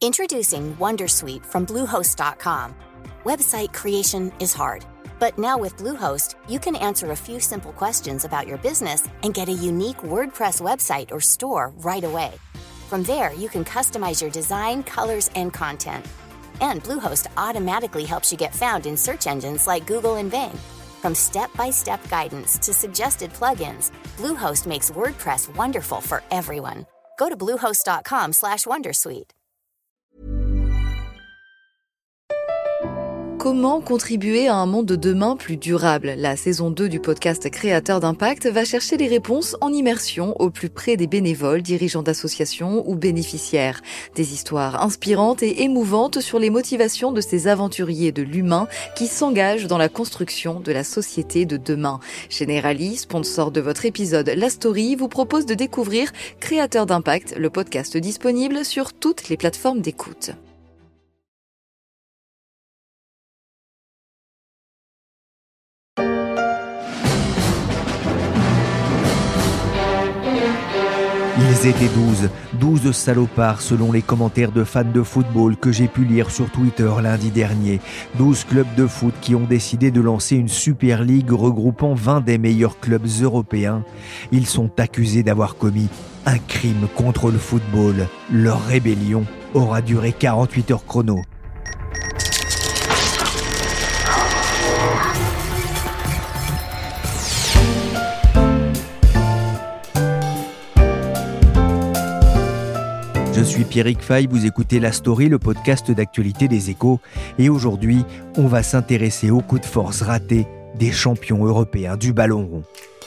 Introducing Wondersuite from Bluehost.com. Website creation is hard, but now with Bluehost, you can answer a few simple questions about your business and get a unique WordPress website or store right away. From there, you can customize your design, colors, and content. And Bluehost automatically helps you get found in search engines like Google and Bing. From step-by-step guidance to suggested plugins, Bluehost makes WordPress wonderful for everyone. Go to bluehost.com/wondersuite. Comment contribuer à un monde de demain plus durable ? La saison 2 du podcast Créateurs d'impact va chercher les réponses en immersion au plus près des bénévoles, dirigeants d'associations ou bénéficiaires. Des histoires inspirantes et émouvantes sur les motivations de ces aventuriers de l'humain qui s'engagent dans la construction de la société de demain. Generali, sponsor de votre épisode La Story, vous propose de découvrir Créateurs d'impact, le podcast disponible sur toutes les plateformes d'écoute. Ils étaient 12 salopards selon les commentaires de fans de football que j'ai pu lire sur Twitter lundi dernier. 12 clubs de foot qui ont décidé de lancer une Super League regroupant 20 des meilleurs clubs européens. Ils sont accusés d'avoir commis un crime contre le football. Leur rébellion aura duré 48 heures chrono. Je suis Pierrick Fay, vous écoutez La Story, le podcast d'actualité des Échos. Et aujourd'hui, on va s'intéresser au coup de force raté des champions européens du ballon rond.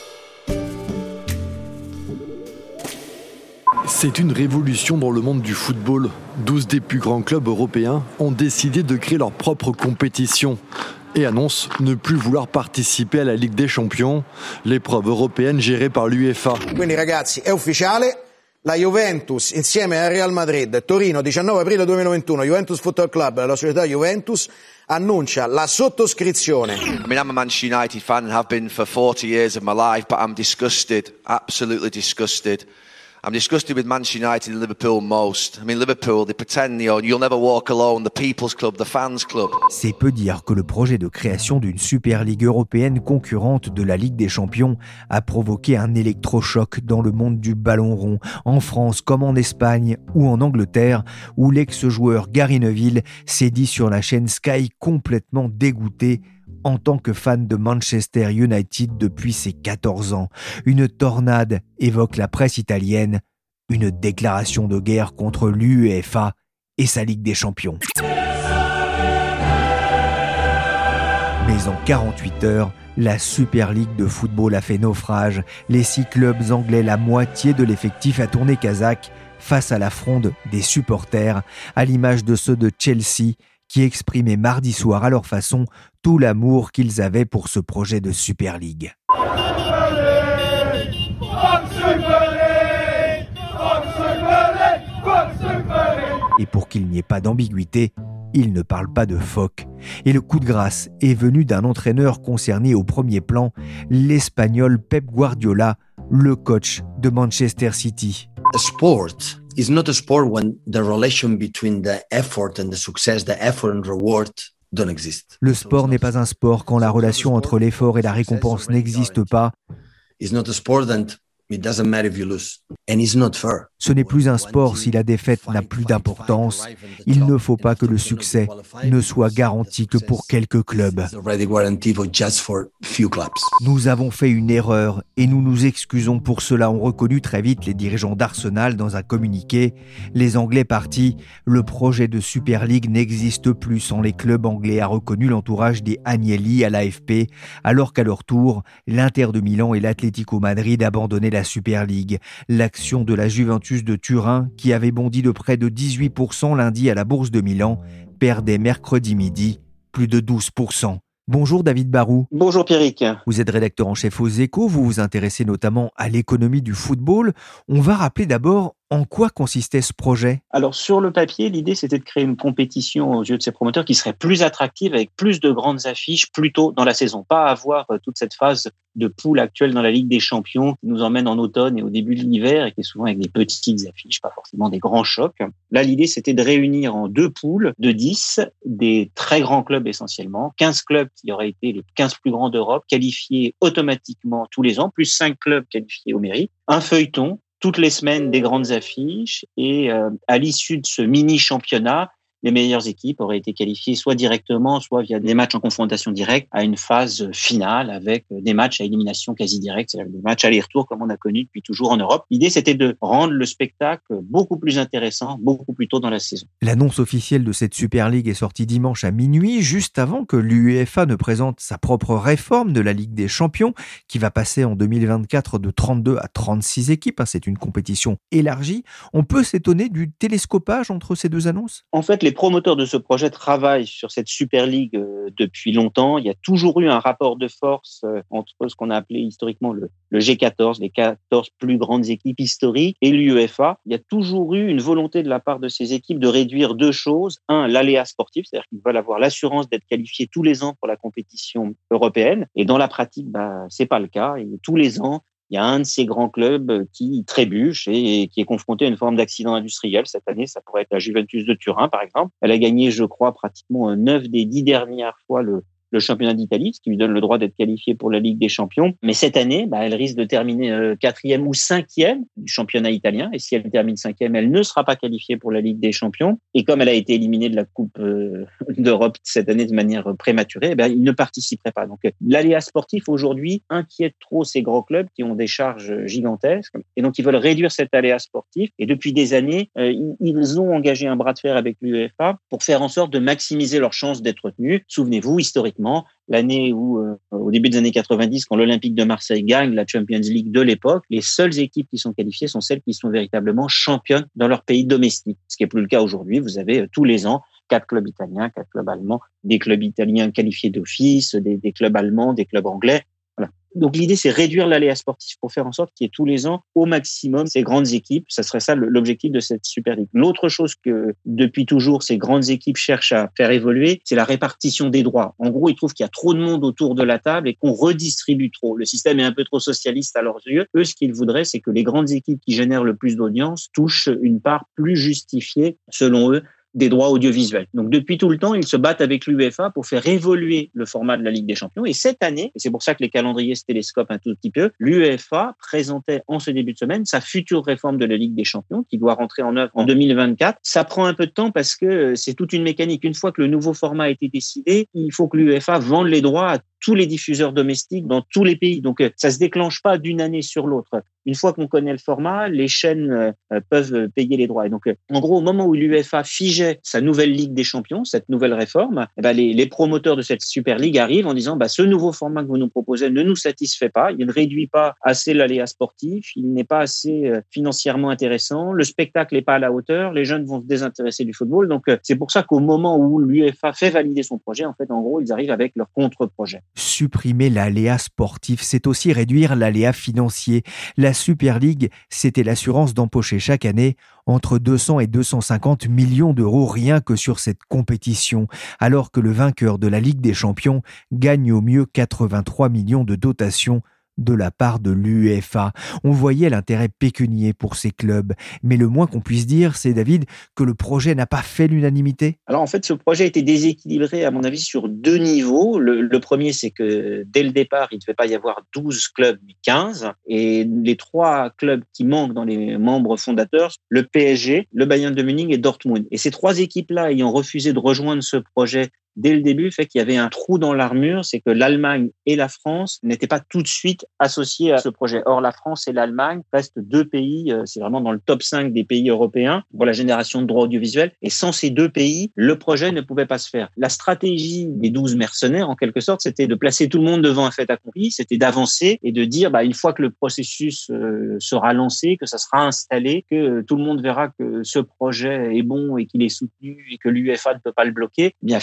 C'est une révolution dans le monde du football. 12 des plus grands clubs européens ont décidé de créer leur propre compétition et annoncent ne plus vouloir participer à la Ligue des Champions, l'épreuve européenne gérée par l'UEFA. Quindi ragazzi, è ufficiale. La Juventus insieme al Real Madrid, Torino, 19 aprile 2021, Juventus Football Club, la società Juventus annuncia la sottoscrizione. I mean, I'm a Manchester United fan and have been for 40 years of my life, but I'm disgusted, absolutely disgusted. I'm disgusted with Manchester United and Liverpool most. I mean, Liverpool, they pretend, you'll never walk alone, the people's club, the fans club. C'est peu dire que le projet de création d'une Super Ligue européenne concurrente de la Ligue des Champions a provoqué un électrochoc dans le monde du ballon rond, en France comme en Espagne ou en Angleterre, où l'ex-joueur Gary Neville s'est dit sur la chaîne Sky complètement dégoûté en tant que fan de Manchester United depuis ses 14 ans. Une tornade évoque la presse italienne, une déclaration de guerre contre l'UEFA et sa Ligue des Champions. Mais en 48 heures, la Super League de football a fait naufrage. Les 6 clubs anglais, la moitié de l'effectif a tourné kazakh face à la fronde des supporters, à l'image de ceux de Chelsea, qui exprimaient mardi soir à leur façon tout l'amour qu'ils avaient pour ce projet de Super League. Et pour qu'il n'y ait pas d'ambiguïté, ils ne parlent pas de phoque. Et le coup de grâce est venu d'un entraîneur concerné au premier plan, l'Espagnol Pep Guardiola, le coach de Manchester City. A sport is not a sport when the relation between the effort and the success, the effort and reward don't exist. Le sport n'est pas un sport quand la relation entre l'effort et la récompense n'existe pas. It's not a sport and it doesn't matter if you lose. And it's not fair. Ce n'est plus un sport si la défaite n'a plus d'importance. Il ne faut pas que le succès ne soit garanti que pour quelques clubs. Nous avons fait une erreur et nous nous excusons pour cela, ont reconnu très vite les dirigeants d'Arsenal dans un communiqué. Les Anglais partis, le projet de Super League n'existe plus sans les clubs anglais, a reconnu l'entourage des Agnelli à l'AFP, alors qu'à leur tour, l'Inter de Milan et l'Atlético Madrid abandonnaient la Super League. L'action de la Juventus de Turin, qui avait bondi de près de 18% lundi à la Bourse de Milan, perdait mercredi midi plus de 12%. Bonjour David Barou. Bonjour Pierrick. Vous êtes rédacteur en chef aux Échos, vous vous intéressez notamment à l'économie du football. On va rappeler d'abord En quoi consistait ce projet ? Alors, sur le papier, l'idée, c'était de créer une compétition aux yeux de ses promoteurs qui serait plus attractive avec plus de grandes affiches plus tôt dans la saison. Pas avoir toute cette phase de poule actuelle dans la Ligue des Champions qui nous emmène en automne et au début de l'hiver et qui est souvent avec des petites affiches, pas forcément des grands chocs. Là, l'idée, c'était de réunir en 2 poules de 10 des très grands clubs essentiellement, 15 clubs qui auraient été les 15 plus grands d'Europe, qualifiés automatiquement tous les ans, plus 5 clubs qualifiés au mérite, un feuilleton, toutes les semaines des grandes affiches et à l'issue de ce mini-championnat, les meilleures équipes auraient été qualifiées soit directement, soit via des matchs en confrontation directe à une phase finale avec des matchs à élimination quasi directe, c'est-à-dire des matchs aller-retour comme on a connu depuis toujours en Europe. L'idée, c'était de rendre le spectacle beaucoup plus intéressant, beaucoup plus tôt dans la saison. L'annonce officielle de cette Super League est sortie dimanche à minuit, juste avant que l'UEFA ne présente sa propre réforme de la Ligue des Champions, qui va passer en 2024 de 32 à 36 équipes. C'est une compétition élargie. On peut s'étonner du télescopage entre ces deux annonces ? En fait, les promoteurs de ce projet travaillent sur cette Super League depuis longtemps. Il y a toujours eu un rapport de force entre ce qu'on a appelé historiquement le G14, les 14 plus grandes équipes historiques, et l'UEFA. Il y a toujours eu une volonté de la part de ces équipes de réduire 2 choses. Un, l'aléa sportif, c'est-à-dire qu'ils veulent avoir l'assurance d'être qualifiés tous les ans pour la compétition européenne. Et dans la pratique, c'est pas le cas. Et tous les ans, il y a un de ces grands clubs qui trébuche et qui est confronté à une forme d'accident industriel. Cette année, ça pourrait être la Juventus de Turin, par exemple. Elle a gagné, je crois, pratiquement 9 des 10 dernières fois le championnat d'Italie, ce qui lui donne le droit d'être qualifié pour la Ligue des Champions. Mais cette année, elle risque de terminer 4e ou 5e du championnat italien. Et si elle termine 5e, elle ne sera pas qualifiée pour la Ligue des Champions. Et comme elle a été éliminée de la Coupe d'Europe cette année de manière prématurée, il ne participerait pas. Donc, l'aléa sportif aujourd'hui inquiète trop ces grands clubs qui ont des charges gigantesques. Et donc, ils veulent réduire cet aléa sportif. Et depuis des années, ils ont engagé un bras de fer avec l'UEFA pour faire en sorte de maximiser leurs chances d'être retenus. Souvenez-vous, historiquement, l'année où, au début des années 90, quand l'Olympique de Marseille gagne la Champions League de l'époque, les seules équipes qui sont qualifiées sont celles qui sont véritablement championnes dans leur pays domestique. Ce qui n'est plus le cas aujourd'hui. Vous avez tous les ans 4 clubs italiens, 4 clubs allemands, des clubs italiens qualifiés d'office, des clubs allemands, des clubs anglais. Voilà. Donc l'idée, c'est réduire l'aléa sportif pour faire en sorte qu'il y ait tous les ans, au maximum, ces grandes équipes. Ça serait ça l'objectif de cette Super League. L'autre chose que, depuis toujours, ces grandes équipes cherchent à faire évoluer, c'est la répartition des droits. En gros, ils trouvent qu'il y a trop de monde autour de la table et qu'on redistribue trop. Le système est un peu trop socialiste à leurs yeux. Eux, ce qu'ils voudraient, c'est que les grandes équipes qui génèrent le plus d'audience touchent une part plus justifiée, selon eux, des droits audiovisuels. Donc, depuis tout le temps, ils se battent avec l'UEFA pour faire évoluer le format de la Ligue des Champions. Et cette année, et c'est pour ça que les calendriers se télescopent un tout petit peu, l'UEFA présentait en ce début de semaine sa future réforme de la Ligue des Champions qui doit rentrer en œuvre en 2024. Ça prend un peu de temps parce que c'est toute une mécanique. Une fois que le nouveau format a été décidé, il faut que l'UEFA vende les droits à tous les diffuseurs domestiques dans tous les pays. Donc, ça se déclenche pas d'une année sur l'autre. Une fois qu'on connaît le format, les chaînes peuvent payer les droits. Et donc, en gros, au moment où l'UEFA figeait sa nouvelle Ligue des Champions, cette nouvelle réforme, les promoteurs de cette Super League arrivent en disant ce nouveau format que vous nous proposez ne nous satisfait pas, il ne réduit pas assez l'aléa sportif, il n'est pas assez financièrement intéressant, le spectacle n'est pas à la hauteur, les jeunes vont se désintéresser du football. Donc, c'est pour ça qu'au moment où l'UEFA fait valider son projet, en fait, en gros, ils arrivent avec leur contre-projet. Supprimer l'aléa sportif, c'est aussi réduire l'aléa financier. La Super League, c'était l'assurance d'empocher chaque année entre 200 et 250 millions d'euros rien que sur cette compétition, alors que le vainqueur de la Ligue des Champions gagne au mieux 83 millions de dotation de la part de l'UEFA. On voyait l'intérêt pécunier pour ces clubs, mais le moins qu'on puisse dire, c'est, David, que le projet n'a pas fait l'unanimité. Alors en fait, ce projet a été déséquilibré, à mon avis, sur 2 niveaux. Le premier, c'est que dès le départ, il ne devait pas y avoir 12 clubs, mais 15. Et les 3 clubs qui manquent dans les membres fondateurs, le PSG, le Bayern de Munich et Dortmund. Et ces 3 équipes-là, ayant refusé de rejoindre ce projet dès le début, fait qu'il y avait un trou dans l'armure, c'est que l'Allemagne et la France n'étaient pas tout de suite associés à ce projet. Or, la France et l'Allemagne restent 2 pays, c'est vraiment dans le top 5 des pays européens pour la génération de droits audiovisuels. Et sans ces 2 pays, le projet ne pouvait pas se faire. La stratégie des 12 mercenaires, en quelque sorte, c'était de placer tout le monde devant un fait accompli, c'était d'avancer et de dire, une fois que le processus sera lancé, que ça sera installé, que tout le monde verra que ce projet est bon et qu'il est soutenu et que l'UEFA ne peut pas le bloquer, bien finalement,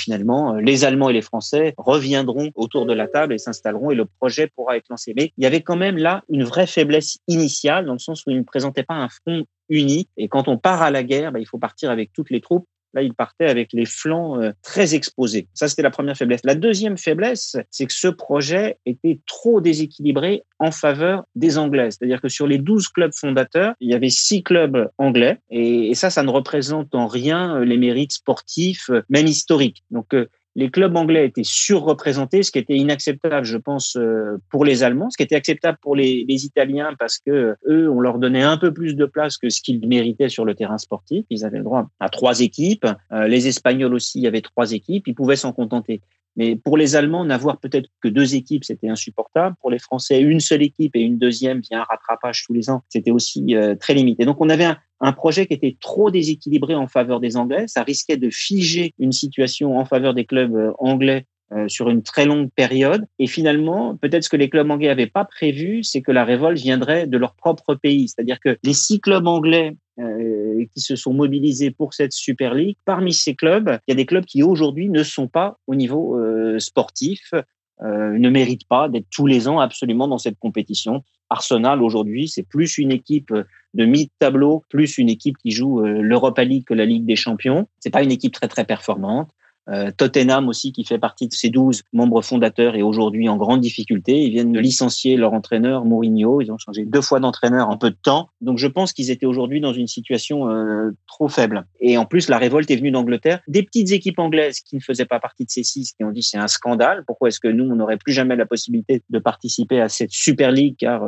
évidemment, les Allemands et les Français reviendront autour de la table et s'installeront et le projet pourra être lancé. Mais il y avait quand même là une vraie faiblesse initiale dans le sens où il ne présentait pas un front uni. Et quand on part à la guerre, il faut partir avec toutes les troupes. Là, il partait avec les flancs très exposés. Ça, c'était la première faiblesse. La deuxième faiblesse, c'est que ce projet était trop déséquilibré en faveur des Anglais. C'est-à-dire que sur les 12 clubs fondateurs, il y avait 6 clubs anglais. Et ça ne représente en rien les mérites sportifs, même historiques. Donc, les clubs anglais étaient surreprésentés, ce qui était inacceptable, je pense, pour les Allemands, ce qui était acceptable pour les Italiens parce que eux, on leur donnait un peu plus de place que ce qu'ils méritaient sur le terrain sportif. Ils avaient le droit à 3 équipes. Les Espagnols aussi, il y avait 3 équipes. Ils pouvaient s'en contenter. Mais pour les Allemands, n'avoir peut-être que 2 équipes, c'était insupportable. Pour les Français, une seule équipe et une deuxième via un rattrapage tous les ans, c'était aussi très limité. Donc, on avait un projet qui était trop déséquilibré en faveur des Anglais. Ça risquait de figer une situation en faveur des clubs anglais sur une très longue période. Et finalement, peut-être ce que les clubs anglais n'avaient pas prévu, c'est que la révolte viendrait de leur propre pays. C'est-à-dire que les 6 clubs anglais qui se sont mobilisés pour cette Super League, parmi ces clubs, il y a des clubs qui aujourd'hui ne sont pas au niveau sportif, ne méritent pas d'être tous les ans absolument dans cette compétition. Arsenal, aujourd'hui, c'est plus une équipe de mi-tableau, plus une équipe qui joue l'Europa League que la Ligue des Champions. C'est pas une équipe très, très performante. Tottenham aussi, qui fait partie de ces 12 membres fondateurs, est aujourd'hui en grande difficulté. Ils viennent de licencier leur entraîneur Mourinho. Ils ont changé 2 fois d'entraîneur en peu de temps. Donc je pense qu'ils étaient aujourd'hui dans une situation trop faible. Et en plus, la révolte est venue d'Angleterre. Des petites équipes anglaises qui ne faisaient pas partie de ces 6, qui ont dit c'est un scandale. Pourquoi est-ce que nous, on n'aurait plus jamais la possibilité de participer à cette Super League, car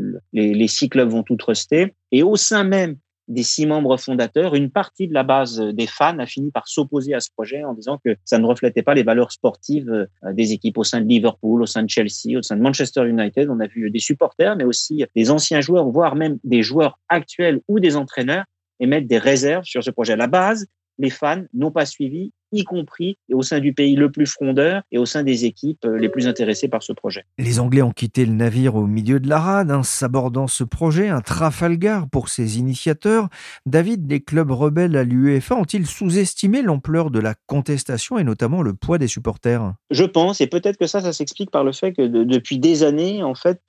les 6 clubs vont tout truster. Et au sein même des 6 membres fondateurs, une partie de la base des fans a fini par s'opposer à ce projet en disant que ça ne reflétait pas les valeurs sportives des équipes au sein de Liverpool, au sein de Chelsea, au sein de Manchester United. On a vu des supporters, mais aussi des anciens joueurs, voire même des joueurs actuels ou des entraîneurs émettre des réserves sur ce projet. À la base, les fans n'ont pas suivi, y compris au sein du pays le plus frondeur et au sein des équipes les plus intéressées par ce projet. Les Anglais ont quitté le navire au milieu de la rade, s'abordant ce projet, un Trafalgar pour ses initiateurs. David, les clubs rebelles à l'UEFA ont-ils sous-estimé l'ampleur de la contestation et notamment le poids des supporters ? Je pense, et peut-être que ça s'explique par le fait que depuis des années, en fait,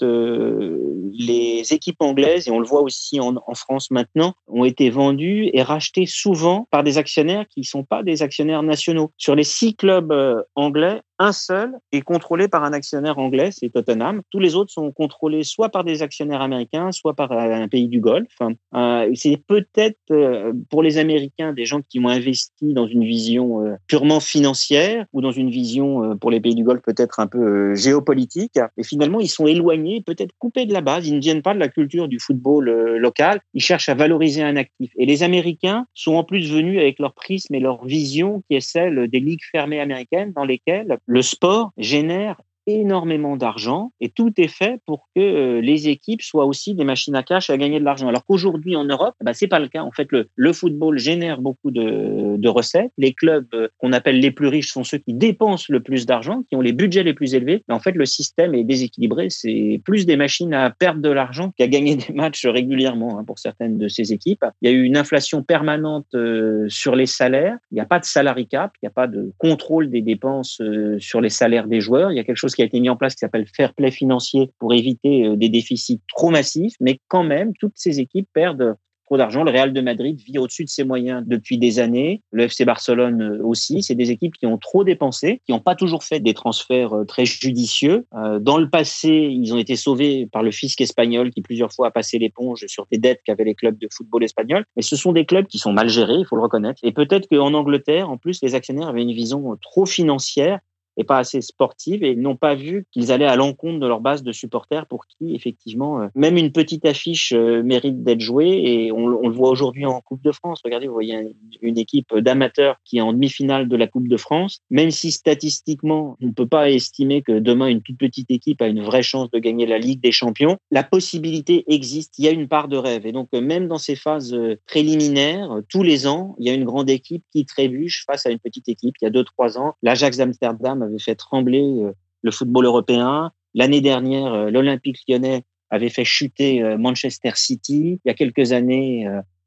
les équipes anglaises, et on le voit aussi en France maintenant, ont été vendues et rachetées souvent par des actionnaires qui ne sont pas des actionnaires nationaux. Sur les 6 clubs anglais, un seul est contrôlé par un actionnaire anglais, c'est Tottenham. Tous les autres sont contrôlés soit par des actionnaires américains, soit par un pays du Golfe. C'est peut-être pour les Américains des gens qui ont investi dans une vision purement financière ou dans une vision pour les pays du Golfe peut-être un peu géopolitique. Et finalement, ils sont éloignés, peut-être coupés de la base. Ils ne viennent pas de la culture du football local. Ils cherchent à valoriser un actif. Et les Américains sont en plus venus avec leur prisme et leur vision qui est celle des ligues fermées américaines dans lesquelles le sport génère énormément d'argent et tout est fait pour que les équipes soient aussi des machines à cash à gagner de l'argent. Alors qu'aujourd'hui en Europe, c'est pas le cas. En fait, le football génère beaucoup de recettes. Les clubs qu'on appelle les plus riches sont ceux qui dépensent le plus d'argent, qui ont les budgets les plus élevés. Mais en fait, le système est déséquilibré. C'est plus des machines à perdre de l'argent qu'à gagner des matchs régulièrement pour certaines de ces équipes. Il y a eu une inflation permanente sur les salaires. Il n'y a pas de salary cap. Il n'y a pas de contrôle des dépenses sur les salaires des joueurs. Il y a quelque chose qui a été mis en place qui s'appelle fair play financier pour éviter des déficits trop massifs, mais quand même, toutes ces équipes perdent trop d'argent. Le Real de Madrid vit au-dessus de ses moyens depuis des années. Le FC Barcelone aussi. C'est des équipes qui ont trop dépensé, qui n'ont pas toujours fait des transferts très judicieux. Dans le passé, ils ont été sauvés par le fisc espagnol qui plusieurs fois a passé l'éponge sur des dettes qu'avaient les clubs de football espagnols. Mais ce sont des clubs qui sont mal gérés, il faut le reconnaître. Et peut-être qu'en Angleterre, en plus, les actionnaires avaient une vision trop financière et pas assez sportive et n'ont pas vu qu'ils allaient à l'encontre de leur base de supporters pour qui, effectivement, même une petite affiche mérite d'être jouée et on le voit aujourd'hui en Coupe de France. Regardez, vous voyez une équipe d'amateurs qui est en demi-finale de la Coupe de France. Même si statistiquement, on ne peut pas estimer que demain, une toute petite équipe a une vraie chance de gagner la Ligue des Champions, la possibilité existe. Il y a une part de rêve. Et donc, même dans ces phases préliminaires, tous les ans, il y a une grande équipe qui trébuche face à une petite équipe. Il y a 2-3 ans, l'Ajax d'Amsterdam avait fait trembler le football européen. L'année dernière, l'Olympique lyonnais avait fait chuter Manchester City. Il y a quelques années,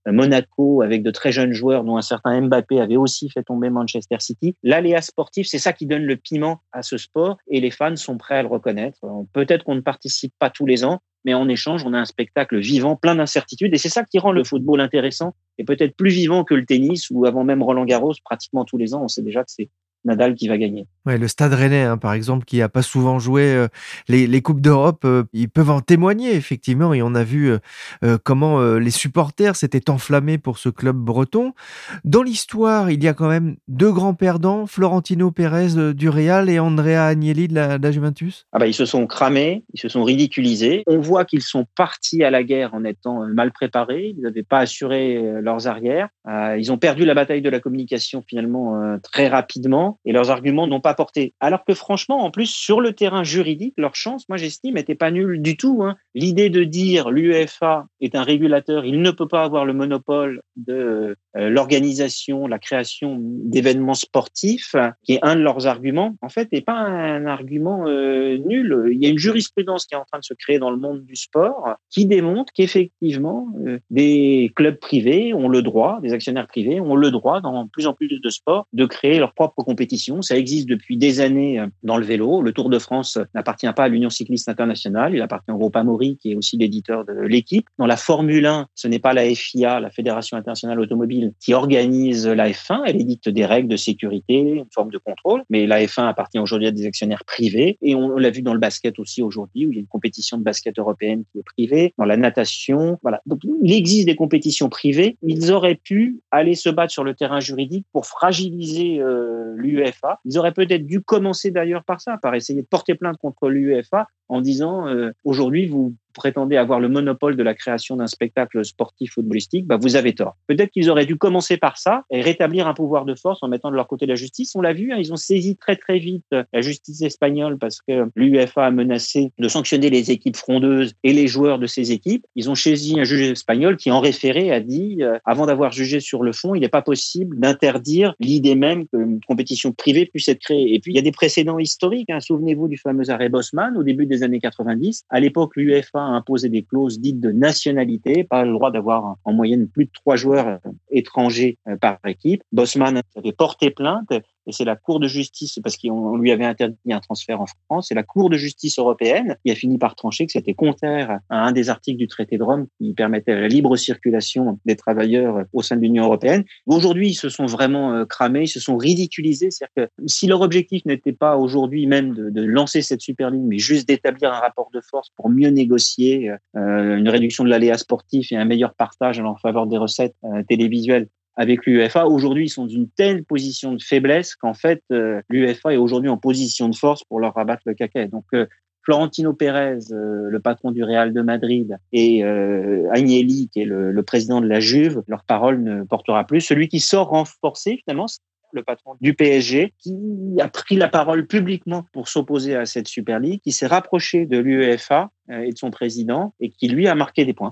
Monaco avec de très jeunes joueurs, dont un certain Mbappé avait aussi fait tomber Manchester City. L'aléa sportif, c'est ça qui donne le piment à ce sport et les fans sont prêts à le reconnaître. Peut-être qu'on ne participe pas tous les ans, mais en échange, on a un spectacle vivant, plein d'incertitudes et c'est ça qui rend le football intéressant et peut-être plus vivant que le tennis où avant même Roland-Garros, pratiquement tous les ans, on sait déjà que c'est Nadal qui va gagner. Ouais, le Stade Rennais, par exemple, qui a pas souvent joué les Coupes d'Europe, ils peuvent en témoigner, effectivement. Et on a vu comment les supporters s'étaient enflammés pour ce club breton. Dans l'histoire, il y a quand même 2 grands perdants, Florentino Pérez du Real et Andrea Agnelli de la Juventus. Ils se sont cramés, ils se sont ridiculisés. On voit qu'ils sont partis à la guerre en étant mal préparés. Ils n'avaient pas assuré leurs arrières. Ils ont perdu la bataille de la communication finalement très rapidement. Et leurs arguments n'ont pas porté. Alors que franchement, en plus, sur le terrain juridique, leur chance, moi j'estime, n'était pas nulle du tout. L'idée de dire l'UEFA est un régulateur, il ne peut pas avoir le monopole de l'organisation, la création d'événements sportifs, qui est un de leurs arguments, en fait, n'est pas un argument nul. Il y a une jurisprudence qui est en train de se créer dans le monde du sport qui démontre qu'effectivement, des clubs privés ont le droit, des actionnaires privés ont le droit, dans plus en plus de sports, de créer leur propre compétition. Ça existe depuis des années dans le vélo. Le Tour de France n'appartient pas à l'Union cycliste internationale. Il appartient au groupe Amaury, qui est aussi l'éditeur de l'équipe. Dans la Formule 1, ce n'est pas la FIA, la Fédération internationale automobile, qui organise la F1. Elle édicte des règles de sécurité, une forme de contrôle. Mais la F1 appartient aujourd'hui à des actionnaires privés. Et on l'a vu dans le basket aussi aujourd'hui, où il y a une compétition de basket européenne qui est privée. Dans la natation, voilà. Donc, il existe des compétitions privées. Ils auraient pu aller se battre sur le terrain juridique pour fragiliser l'UEFA. Ils auraient peut-être dû commencer d'ailleurs par ça, par essayer de porter plainte contre l'UEFA en disant aujourd'hui vous prétendez avoir le monopole de la création d'un spectacle sportif footballistique, vous avez tort. Peut-être qu'ils auraient dû commencer par ça et rétablir un pouvoir de force en mettant de leur côté la justice. On l'a vu, ils ont saisi très très vite la justice espagnole parce que l'UEFA a menacé de sanctionner les équipes frondeuses et les joueurs de ces équipes. Ils ont saisi un juge espagnol qui en référé a dit avant d'avoir jugé sur le fond, il n'est pas possible d'interdire l'idée même qu'une compétition privée puisse être créée. Et puis il y a des précédents historiques. Souvenez-vous du fameux arrêt Bosman au début des années 90. À l'époque, l'UEFA a imposé des clauses dites de nationalité, pas le droit d'avoir en moyenne plus de 3 joueurs étrangers par équipe. Bosman avait porté plainte et c'est la Cour de justice, parce qu'on lui avait interdit un transfert en France, c'est la Cour de justice européenne qui a fini par trancher que c'était contraire à un des articles du traité de Rome qui permettait la libre circulation des travailleurs au sein de l'Union européenne. Aujourd'hui, ils se sont vraiment cramés, ils se sont ridiculisés. C'est-à-dire que si leur objectif n'était pas aujourd'hui même de lancer cette Super League, mais juste d'établir un rapport de force pour mieux négocier une réduction de l'aléa sportif et un meilleur partage en faveur des recettes télévisuelles avec l'UEFA, aujourd'hui, ils sont dans une telle position de faiblesse qu'en fait, l'UEFA est aujourd'hui en position de force pour leur rabattre le caquet. Donc, Florentino Pérez, le patron du Real de Madrid, et Agnelli, qui est le président de la Juve, leur parole ne portera plus. Celui qui sort renforcé, finalement, c'est le patron du PSG, qui a pris la parole publiquement pour s'opposer à cette Super League, qui s'est rapproché de l'UEFA et de son président, et qui, lui, a marqué des points.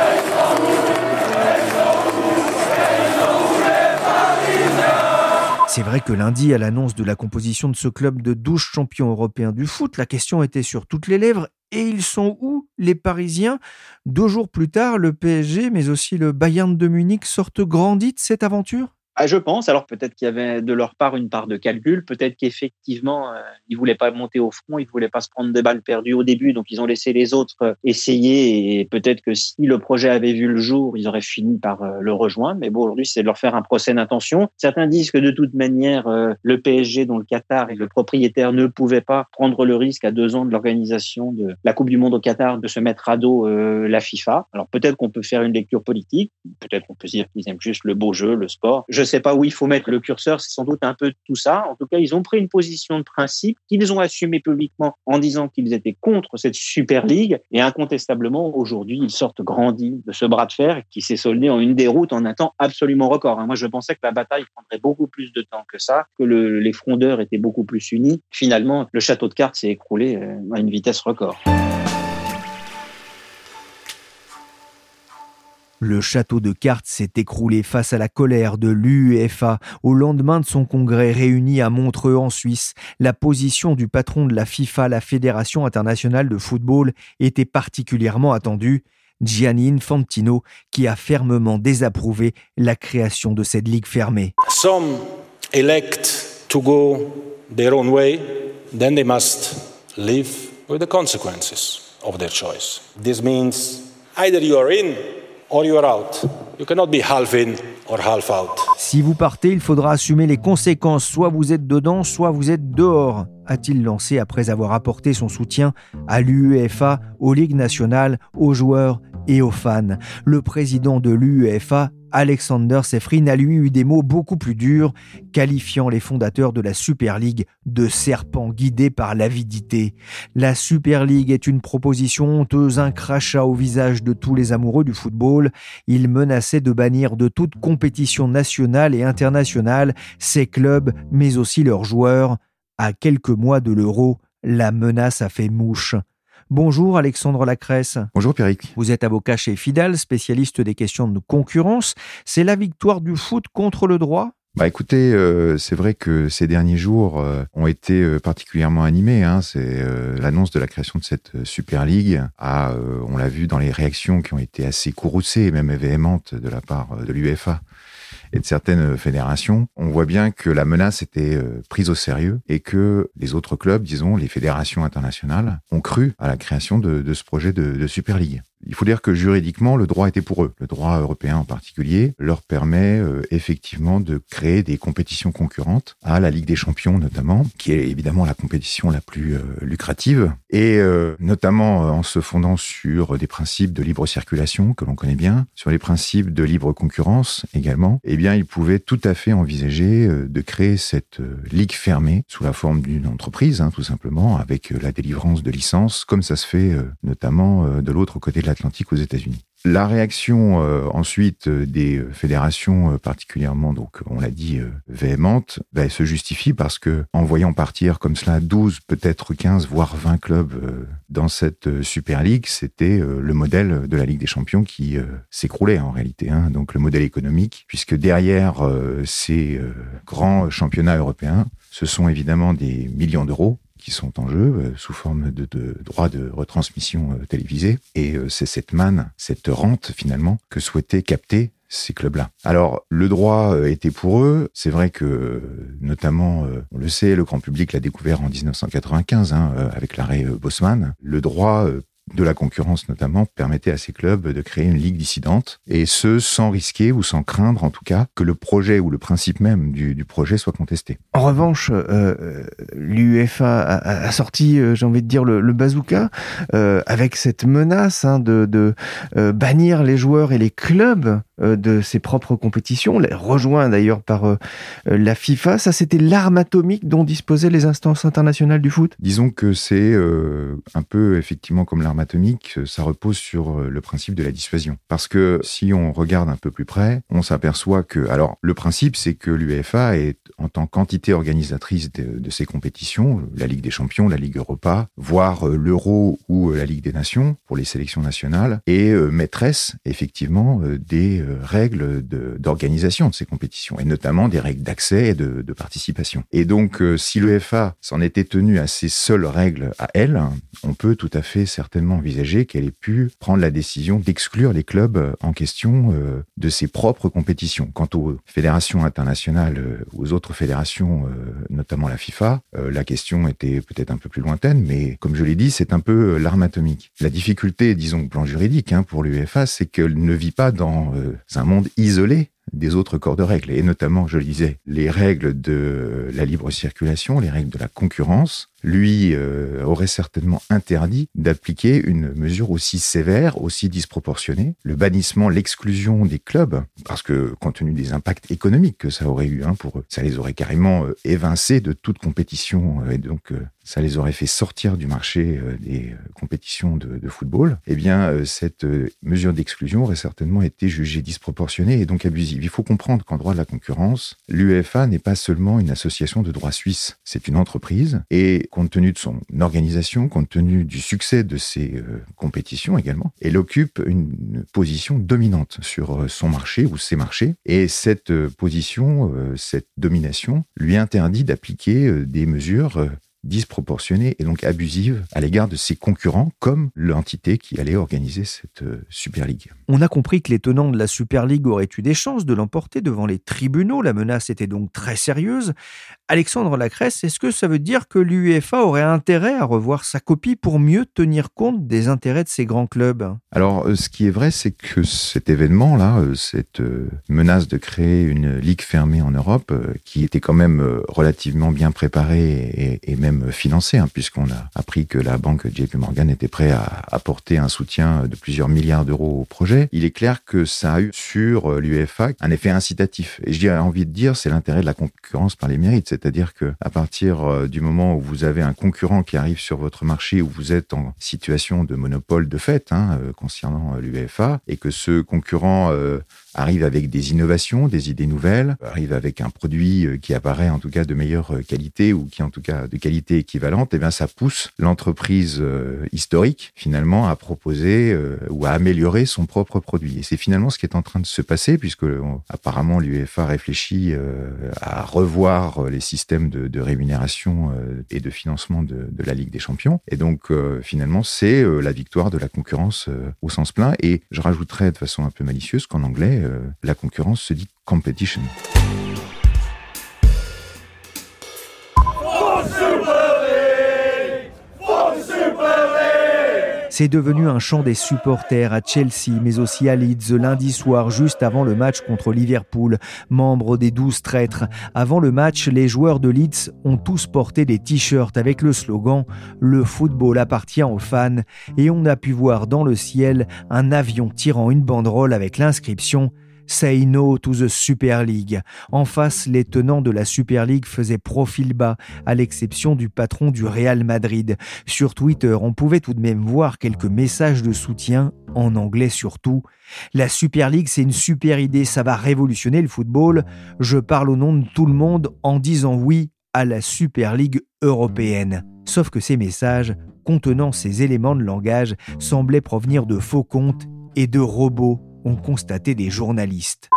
C'est vrai que lundi, à l'annonce de la composition de ce club de 12 champions européens du foot, la question était sur toutes les lèvres. Et ils sont où, les Parisiens ? 2 jours plus tard, le PSG, mais aussi le Bayern de Munich sortent grandis de cette aventure ? Je pense. Alors peut-être qu'il y avait de leur part une part de calcul. Peut-être qu'effectivement, ils voulaient pas monter au front, ils voulaient pas se prendre des balles perdues au début. Donc ils ont laissé les autres essayer. Et peut-être que si le projet avait vu le jour, ils auraient fini par le rejoindre. Mais bon, aujourd'hui, c'est de leur faire un procès d'intention. Certains disent que de toute manière, le PSG, dont le Qatar est le propriétaire, ne pouvait pas prendre le risque à 2 ans de l'organisation de la Coupe du Monde au Qatar de se mettre à dos la FIFA. Alors peut-être qu'on peut faire une lecture politique. Peut-être qu'on peut se dire qu'ils aiment juste le beau jeu, le sport. Je sais pas où il faut mettre le curseur, c'est sans doute un peu tout ça. En tout cas, ils ont pris une position de principe qu'ils ont assumée publiquement en disant qu'ils étaient contre cette Super League. Et incontestablement, aujourd'hui, ils sortent grandis de ce bras de fer qui s'est soldé en une déroute en un temps absolument record. Moi, je pensais que la bataille prendrait beaucoup plus de temps que ça, que les frondeurs étaient beaucoup plus unis. Finalement, le château de cartes s'est écroulé à une vitesse record. Le château de cartes s'est écroulé face à la colère de l'UEFA. Au lendemain de son congrès réuni à Montreux en Suisse, la position du patron de la FIFA, la Fédération internationale de football, était particulièrement attendue. Gianni Infantino, qui a fermement désapprouvé la création de cette ligue fermée. Some elect to go their own way, then they must live with the consequences of their choice. This means either you are in or you are out. You cannot be half in or half out. Si vous partez, il faudra assumer les conséquences. Soit vous êtes dedans, soit vous êtes dehors, a-t-il lancé après avoir apporté son soutien à l'UEFA, aux ligues nationales, aux joueurs et aux fans. Le président de l'UEFA, Alexander Ceferin, a lui eu des mots beaucoup plus durs, qualifiant les fondateurs de la Super League de serpents guidés par l'avidité. La Super League est une proposition honteuse, un crachat au visage de tous les amoureux du football. Il menaçait de bannir de toute compétition nationale et internationale ces clubs, mais aussi leurs joueurs. À quelques mois de l'Euro, la menace a fait mouche. Bonjour Alexandre Lacresse. Bonjour Pierrick. Vous êtes avocat chez Fidal, spécialiste des questions de concurrence. C'est la victoire du foot contre le droit ? Écoutez, c'est vrai que ces derniers jours ont été particulièrement animés. C'est l'annonce de la création de cette Super League. On l'a vu dans les réactions qui ont été assez courroucées, même véhémentes de la part de l'UEFA et de certaines fédérations. On voit bien que la menace était prise au sérieux et que les autres clubs, disons, les fédérations internationales, ont cru à la création de ce projet de Super League. Il faut dire que juridiquement, le droit était pour eux. Le droit européen en particulier leur permet effectivement de créer des compétitions concurrentes à la Ligue des Champions notamment, qui est évidemment la compétition la plus lucrative, et notamment en se fondant sur des principes de libre circulation que l'on connaît bien, sur les principes de libre concurrence également, eh bien ils pouvaient tout à fait envisager de créer cette ligue fermée sous la forme d'une entreprise, tout simplement, avec la délivrance de licences, comme ça se fait notamment de l'autre côté de l'Atlantique aux États-Unis. La réaction ensuite des fédérations particulièrement, donc on l'a dit, véhémente, elle se justifie parce que en voyant partir comme cela 12, peut-être 15, voire 20 clubs dans cette Super League, c'était le modèle de la Ligue des Champions qui s'écroulait en réalité. Donc le modèle économique, puisque derrière ces grands championnats européens, ce sont évidemment des millions d'euros qui sont en jeu sous forme de droits de retransmission télévisée. Et c'est cette manne, cette rente finalement, que souhaitaient capter ces clubs-là. Alors, le droit était pour eux. C'est vrai que, notamment, on le sait, le grand public l'a découvert en 1995, avec l'arrêt Bosman. Le droit de la concurrence notamment, permettait à ces clubs de créer une ligue dissidente, et ce, sans risquer ou sans craindre en tout cas que le projet ou le principe même du projet soit contesté. En revanche, l'UEFA a sorti, j'ai envie de dire, le bazooka, avec cette menace de bannir les joueurs et les clubs de ses propres compétitions, rejoint d'ailleurs par la FIFA. Ça, c'était l'arme atomique dont disposaient les instances internationales du foot. Disons que c'est un peu effectivement comme l'arme atomique, ça repose sur le principe de la dissuasion. Parce que si on regarde un peu plus près, on s'aperçoit que... Alors, le principe, c'est que l'UEFA est, en tant qu'entité organisatrice de ces compétitions, la Ligue des Champions, la Ligue Europa, voire l'Euro ou la Ligue des Nations, pour les sélections nationales, est maîtresse, effectivement, des règles d'organisation de ces compétitions, et notamment des règles d'accès et de participation. Et donc, si l'UEFA s'en était tenue à ses seules règles à elle, on peut tout à fait certainement envisager qu'elle ait pu prendre la décision d'exclure les clubs en question de ses propres compétitions. Quant aux fédérations internationales, aux autres fédérations, notamment la FIFA, la question était peut-être un peu plus lointaine, mais comme je l'ai dit, c'est un peu l'arme atomique. La difficulté, disons, au plan juridique, pour l'UEFA, c'est qu'elle ne vit pas dans un monde isolé des autres corps de règles, et notamment, je le disais, les règles de la libre circulation, les règles de la concurrence, lui aurait certainement interdit d'appliquer une mesure aussi sévère, aussi disproportionnée, le bannissement, l'exclusion des clubs, parce que compte tenu des impacts économiques que ça aurait eu pour eux, ça les aurait carrément évincés de toute compétition, et donc ça les aurait fait sortir du marché des compétitions de football. Eh bien, cette mesure d'exclusion aurait certainement été jugée disproportionnée et donc abusive. Il faut comprendre qu'en droit de la concurrence, l'UEFA n'est pas seulement une association de droit suisse, c'est une entreprise, et compte tenu de son organisation, compte tenu du succès de ses compétitions également, elle occupe une position dominante sur son marché ou ses marchés, et cette position, cette domination, lui interdit d'appliquer des mesures disproportionnée et donc abusive à l'égard de ses concurrents, comme l'entité qui allait organiser cette Super League. On a compris que les tenants de la Super League auraient eu des chances de l'emporter devant les tribunaux. La menace était donc très sérieuse. Alexandre Lacresse, est-ce que ça veut dire que l'UEFA aurait intérêt à revoir sa copie pour mieux tenir compte des intérêts de ces grands clubs ? Alors, ce qui est vrai, c'est que cet événement-là, cette menace de créer une ligue fermée en Europe, qui était quand même relativement bien préparée et même financée, puisqu'on a appris que la banque JP Morgan était prête à apporter un soutien de plusieurs milliards d'euros au projet. Il est clair que ça a eu sur l'UEFA un effet incitatif. Et j'ai envie de dire, c'est l'intérêt de la concurrence par les mérites. C'est-à-dire que à partir du moment où vous avez un concurrent qui arrive sur votre marché, où vous êtes en situation de monopole de fait, concernant l'UEFA, et que ce concurrent arrive avec des innovations, des idées nouvelles, arrive avec un produit qui apparaît en tout cas de meilleure qualité ou qui en tout cas de qualité équivalente, et bien ça pousse l'entreprise historique finalement à proposer ou à améliorer son propre produit. Et c'est finalement ce qui est en train de se passer, puisque apparemment l'UEFA réfléchit à revoir les systèmes de rémunération et de financement de la Ligue des Champions. Et donc finalement c'est la victoire de la concurrence au sens plein. Et je rajouterais de façon un peu malicieuse qu'en anglais, la concurrence se dit competition. C'est devenu un chant des supporters à Chelsea, mais aussi à Leeds, lundi soir, juste avant le match contre Liverpool, membre des 12 traîtres. Avant le match, les joueurs de Leeds ont tous porté des t-shirts avec le slogan « Le football appartient aux fans » et on a pu voir dans le ciel un avion tirant une banderole avec l'inscription « Say no to the Super League ». En face, les tenants de la Super League faisaient profil bas, à l'exception du patron du Real Madrid. Sur Twitter, on pouvait tout de même voir quelques messages de soutien, en anglais surtout. La Super League, c'est une super idée, ça va révolutionner le football. Je parle au nom de tout le monde en disant oui à la Super League européenne. Sauf que ces messages, contenant ces éléments de langage, semblaient provenir de faux comptes et de robots, ont constaté des journalistes.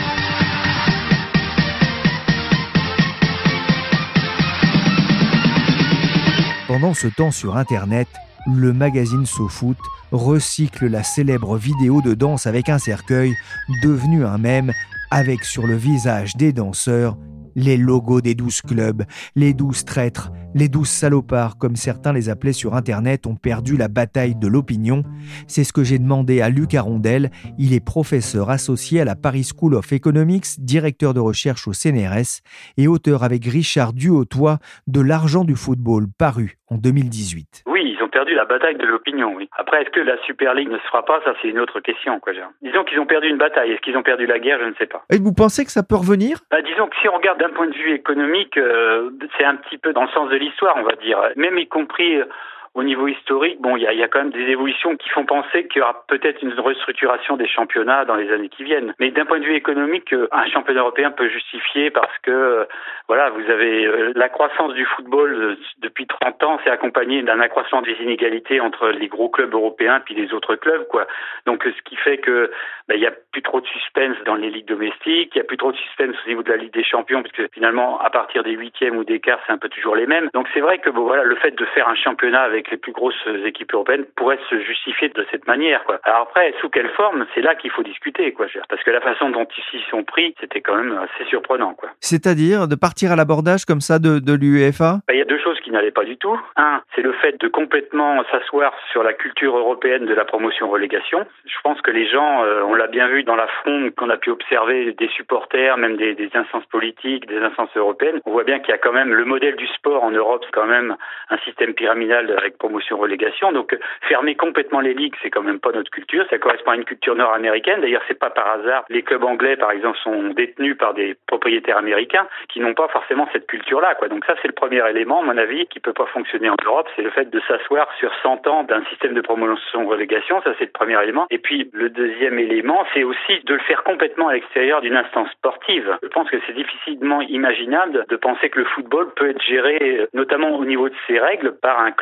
Pendant ce temps sur Internet, le magazine SoFoot recycle la célèbre vidéo de danse avec un cercueil, devenu un mème, avec sur le visage des danseurs les logos des 12 clubs, les 12 traîtres, les 12 salopards, comme certains les appelaient sur Internet, ont perdu la bataille de l'opinion. C'est ce que j'ai demandé à Luc Arondel. Il est professeur associé à la Paris School of Economics, directeur de recherche au CNRS et auteur avec Richard Duhautois de L'argent du football, paru en 2018. Oui, ils ont perdu la bataille de l'opinion, oui. Après, est-ce que la Super League ne se fera pas ? Ça, c'est une autre question, quoi. Disons qu'ils ont perdu une bataille. Est-ce qu'ils ont perdu la guerre ? Je ne sais pas. Et vous pensez que ça peut revenir ? Disons que si on regarde d'un point de vue économique, c'est un petit peu dans le sens de l'histoire, on va dire. Même y compris au niveau historique, bon, il y a quand même des évolutions qui font penser qu'il y aura peut-être une restructuration des championnats dans les années qui viennent. Mais d'un point de vue économique, un championnat européen peut justifier parce que, voilà, vous avez la croissance du football depuis 30 ans, c'est accompagné d'un accroissement des inégalités entre les gros clubs européens puis les autres clubs, quoi. Donc, ce qui fait que, il y a plus trop de suspense dans les ligues domestiques, il y a plus trop de suspense au niveau de la Ligue des Champions, puisque finalement, à partir des huitièmes ou des quarts, c'est un peu toujours les mêmes. Donc, c'est vrai que, bon, voilà, le fait de faire un championnat avec les plus grosses équipes européennes pourrait se justifier de cette manière, quoi. Alors après, sous quelle forme, c'est là qu'il faut discuter, quoi. Parce que la façon dont ils s'y sont pris, c'était quand même assez surprenant, quoi. C'est-à-dire de partir à l'abordage comme ça de l'UEFA ? Il y a deux choses qui n'allaient pas du tout. Un, c'est le fait de complètement s'asseoir sur la culture européenne de la promotion-relégation. Je pense que les gens, on l'a bien vu dans la fronde qu'on a pu observer des supporters, même des instances politiques, des instances européennes. On voit bien qu'il y a quand même le modèle du sport en Europe, c'est quand même un système pyramidal avec promotion-relégation. Donc, fermer complètement les ligues, c'est quand même pas notre culture. Ça correspond à une culture nord-américaine. D'ailleurs, c'est pas par hasard. Les clubs anglais, par exemple, sont détenus par des propriétaires américains qui n'ont pas forcément cette culture-là, quoi. Donc ça, c'est le premier élément, à mon avis, qui peut pas fonctionner en Europe. C'est le fait de s'asseoir sur 100 ans d'un système de promotion-relégation. Ça, c'est le premier élément. Et puis, le deuxième élément, c'est aussi de le faire complètement à l'extérieur d'une instance sportive. Je pense que c'est difficilement imaginable de penser que le football peut être géré, notamment au niveau de ses règles, par un club privé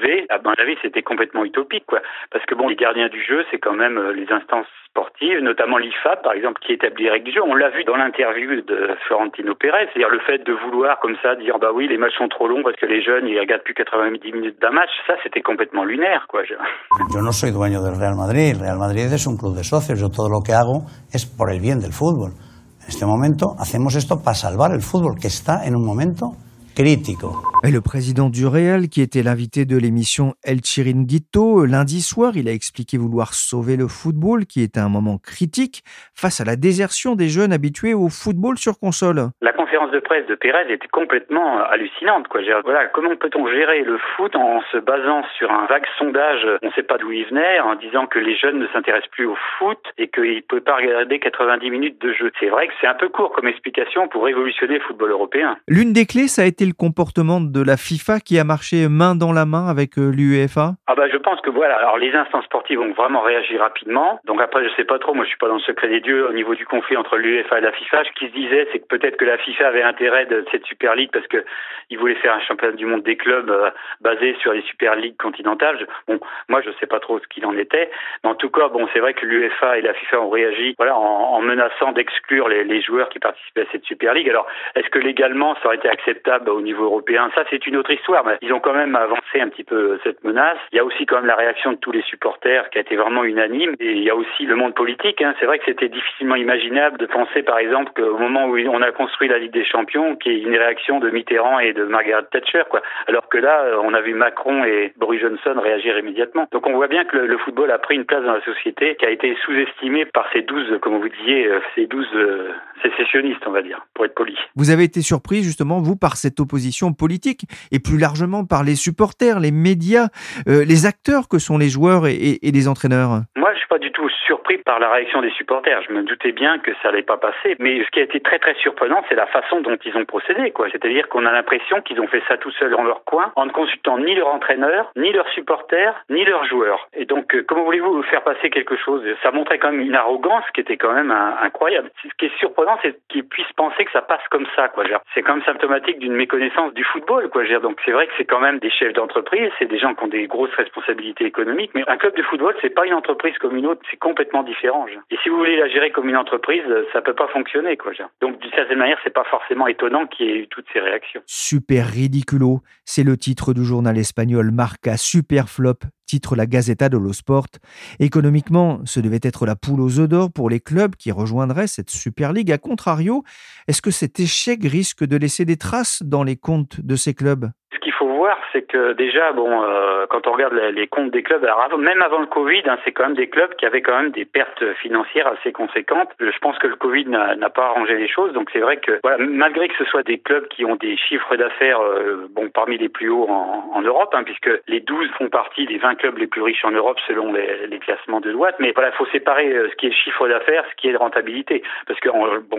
arrivé, à mon avis, c'était complètement utopique, quoi. Parce que bon, les gardiens du jeu, c'est quand même les instances sportives, notamment l'IFAB, par exemple, qui établit les règles du jeu. On l'a vu dans l'interview de Florentino Pérez, c'est-à-dire le fait de vouloir, comme ça, dire, bah oui, les matchs sont trop longs parce que les jeunes, ils regardent plus 90 minutes d'un match. Ça, c'était complètement lunaire, quoi. Yo no soy dueño del Real Madrid. Real Madrid es un club de socios. Yo todo lo que hago es por el bien del fútbol. En este momento hacemos esto para salvar el fútbol, que está en un momento crítico. Et le président du Real, qui était l'invité de l'émission El Chiringuito, lundi soir, il a expliqué vouloir sauver le football, qui est à un moment critique, face à la désertion des jeunes habitués au football sur console. La conférence de presse de Pérez était complètement hallucinante, quoi. Voilà, comment peut-on gérer le foot en se basant sur un vague sondage, on ne sait pas d'où il venait, en disant que les jeunes ne s'intéressent plus au foot et qu'ils ne pouvaient pas regarder 90 minutes de jeu. C'est vrai que c'est un peu court comme explication pour révolutionner le football européen. L'une des clés, ça a été le comportement de la FIFA qui a marché main dans la main avec l'UEFA. Je pense que voilà, alors les instances sportives ont vraiment réagi rapidement. Donc après, je sais pas trop, moi je suis pas dans le secret des dieux au niveau du conflit entre l'UEFA et la FIFA. Ce qui se disait, c'est que peut-être que la FIFA avait intérêt de cette Super League parce que ils voulaient faire un championnat du monde des clubs basé sur les Super Ligues continentales. Bon, moi je sais pas trop ce qu'il en était, mais en tout cas, bon, c'est vrai que l'UEFA et la FIFA ont réagi, voilà, en menaçant d'exclure les joueurs qui participaient à cette Super League. Alors, est-ce que légalement ça aurait été acceptable au niveau européen? Ça, c'est une autre histoire. Mais ils ont quand même avancé un petit peu cette menace. Il y a aussi quand même la réaction de tous les supporters qui a été vraiment unanime. Et il y a aussi le monde politique. C'est vrai que c'était difficilement imaginable de penser, par exemple, qu'au moment où on a construit la Ligue des Champions, qu'il y ait une réaction de Mitterrand et de Margaret Thatcher, quoi. Alors que là, on a vu Macron et Boris Johnson réagir immédiatement. Donc on voit bien que le football a pris une place dans la société qui a été sous-estimée par ces 12, comme vous disiez, ces 12 sécessionnistes, on va dire, pour être poli. Vous avez été surpris, justement, vous, par cette opposition politique et plus largement par les supporters, les médias, les acteurs que sont les joueurs et les entraîneurs? Moi, je suis pas du tout surpris par la réaction des supporters. Je me doutais bien que ça allait pas passer. Mais ce qui a été très très surprenant, c'est la façon dont ils ont procédé, quoi. C'est-à-dire qu'on a l'impression qu'ils ont fait ça tout seuls dans leur coin, en ne consultant ni leur entraîneur, ni leurs supporters, ni leurs joueurs. Et donc, comment voulez-vous faire passer quelque chose? Ça montrait quand même une arrogance qui était quand même incroyable. Ce qui est surprenant, c'est qu'ils puissent penser que ça passe comme ça, quoi. C'est quand même symptomatique d'une méconnaissance du football, quoi. Donc c'est vrai que c'est quand même des chefs d'entreprise, c'est des gens qui ont des grosses responsabilités économiques, mais un club de football, c'est pas une entreprise comme une autre, c'est complètement différent. Et si vous voulez la gérer comme une entreprise, ça peut pas fonctionner, quoi. Donc d'une certaine manière, c'est pas forcément étonnant qu'il y ait eu toutes ces réactions. Super ridiculo, c'est le titre du journal espagnol Marca. Super flop, titre la Gazzetta dello Sport. Économiquement, ce devait être la poule aux œufs d'or pour les clubs qui rejoindraient cette Super League. A contrario, est-ce que cet échec risque de laisser des traces dans les comptes de ces clubs? Ce qu'il faut voir, c'est que déjà, quand on regarde les comptes des clubs, alors même avant le Covid, c'est quand même des clubs qui avaient quand même des pertes financières assez conséquentes. Je pense que le Covid n'a pas arrangé les choses, donc c'est vrai que malgré que ce soit des clubs qui ont des chiffres d'affaires parmi les plus hauts en Europe, puisque les 12 font partie des 20 clubs les plus riches en Europe selon les classements de Deloitte, mais voilà, il faut séparer ce qui est chiffre d'affaires, ce qui est de rentabilité, parce que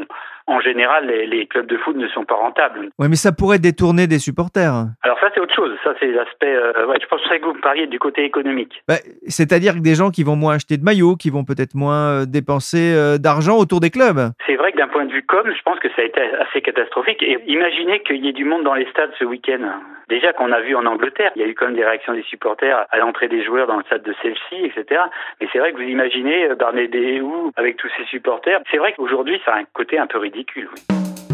en général, les clubs de foot ne sont pas rentables. Oui, mais ça pourrait détourner des supporters. Alors ça, c'est autre chose. Ça, c'est l'aspect... je pense que vous parliez du côté économique. C'est-à-dire que des gens qui vont moins acheter de maillots, qui vont peut-être moins dépenser d'argent autour des clubs. C'est vrai que d'un point de vue com, je pense que ça a été assez catastrophique. Et imaginez qu'il y ait du monde dans les stades ce week-end. Déjà qu'on a vu en Angleterre, il y a eu quand même des réactions des supporters à l'entrée des joueurs dans le stade de Chelsea, etc. Mais c'est vrai que vous imaginez Bernabéu avec tous ses supporters. C'est vrai qu'aujourd'hui, ça a un côté un peu ridicule. Oui.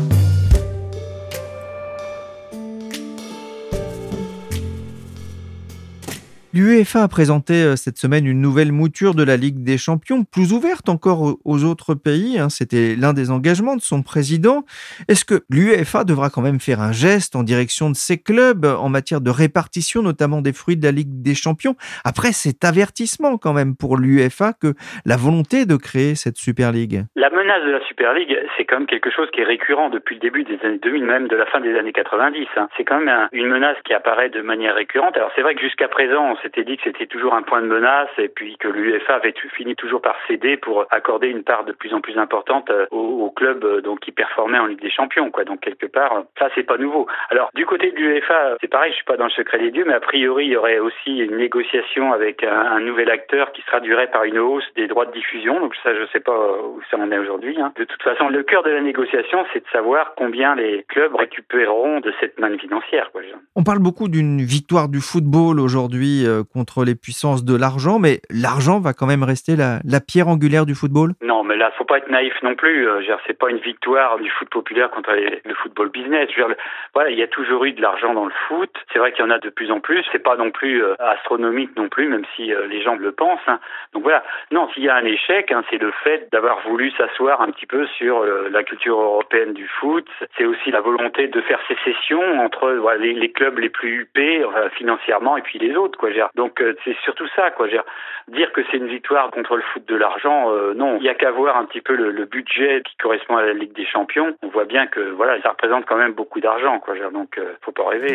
L'UEFA a présenté cette semaine une nouvelle mouture de la Ligue des Champions, plus ouverte encore aux autres pays. C'était l'un des engagements de son président. Est-ce que l'UEFA devra quand même faire un geste en direction de ses clubs en matière de répartition, notamment des fruits de la Ligue des Champions, après cet avertissement quand même pour l'UEFA que la volonté de créer cette Super League? La menace de la Super League, c'est quand même quelque chose qui est récurrent depuis le début des années 2000, même de la fin des années 90. C'est quand même une menace qui apparaît de manière récurrente. Alors c'est vrai que jusqu'à présent, s'était dit que c'était toujours un point de menace et puis que l'UEFA avait fini toujours par céder pour accorder une part de plus en plus importante aux clubs donc qui performaient en Ligue des Champions, quoi. Donc quelque part, ça c'est pas nouveau. Alors du côté de l'UEFA, c'est pareil, je suis pas dans le secret des dieux, mais a priori il y aurait aussi une négociation avec un nouvel acteur qui se traduirait par une hausse des droits de diffusion. Donc ça, je sais pas où ça en est aujourd'hui. De toute façon, le cœur de la négociation, c'est de savoir combien les clubs récupéreront de cette manne financière, quoi. On parle beaucoup d'une victoire du football aujourd'hui contre les puissances de l'argent, mais l'argent va quand même rester la pierre angulaire du football ? Non, mais là, faut pas être naïf non plus. C'est pas une victoire du foot populaire contre le football business. Voilà, il y a toujours eu de l'argent dans le foot. C'est vrai qu'il y en a de plus en plus. C'est pas non plus astronomique non plus, même si les gens le pensent. Donc voilà. Non, s'il y a un échec, c'est le fait d'avoir voulu s'asseoir un petit peu sur la culture européenne du foot. C'est aussi la volonté de faire sécession entre les clubs les plus huppés financièrement et puis les autres, quoi. Donc c'est surtout ça, quoi. Dire que c'est une victoire contre le foot de l'argent, non. Il y a qu'à voir un petit peu le budget qui correspond à la Ligue des Champions. On voit bien que ça représente quand même beaucoup d'argent, quoi. Donc faut pas rêver.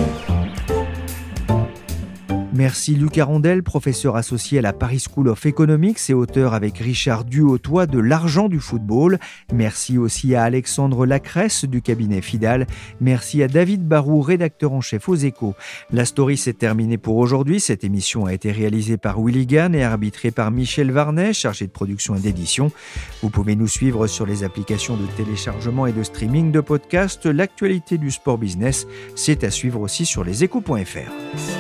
Merci Luc Arondel, professeur associé à la Paris School of Economics et auteur avec Richard Duhautois de L'argent du football. Merci aussi à Alexandre Lacresse du cabinet Fidal. Merci à David Barou, rédacteur en chef aux Échos. La story s'est terminée pour aujourd'hui. Cette émission a été réalisée par Willy Gann et arbitrée par Michel Varnet, chargé de production et d'édition. Vous pouvez nous suivre sur les applications de téléchargement et de streaming de podcasts. L'actualité du sport business, c'est à suivre aussi sur leséchos.fr.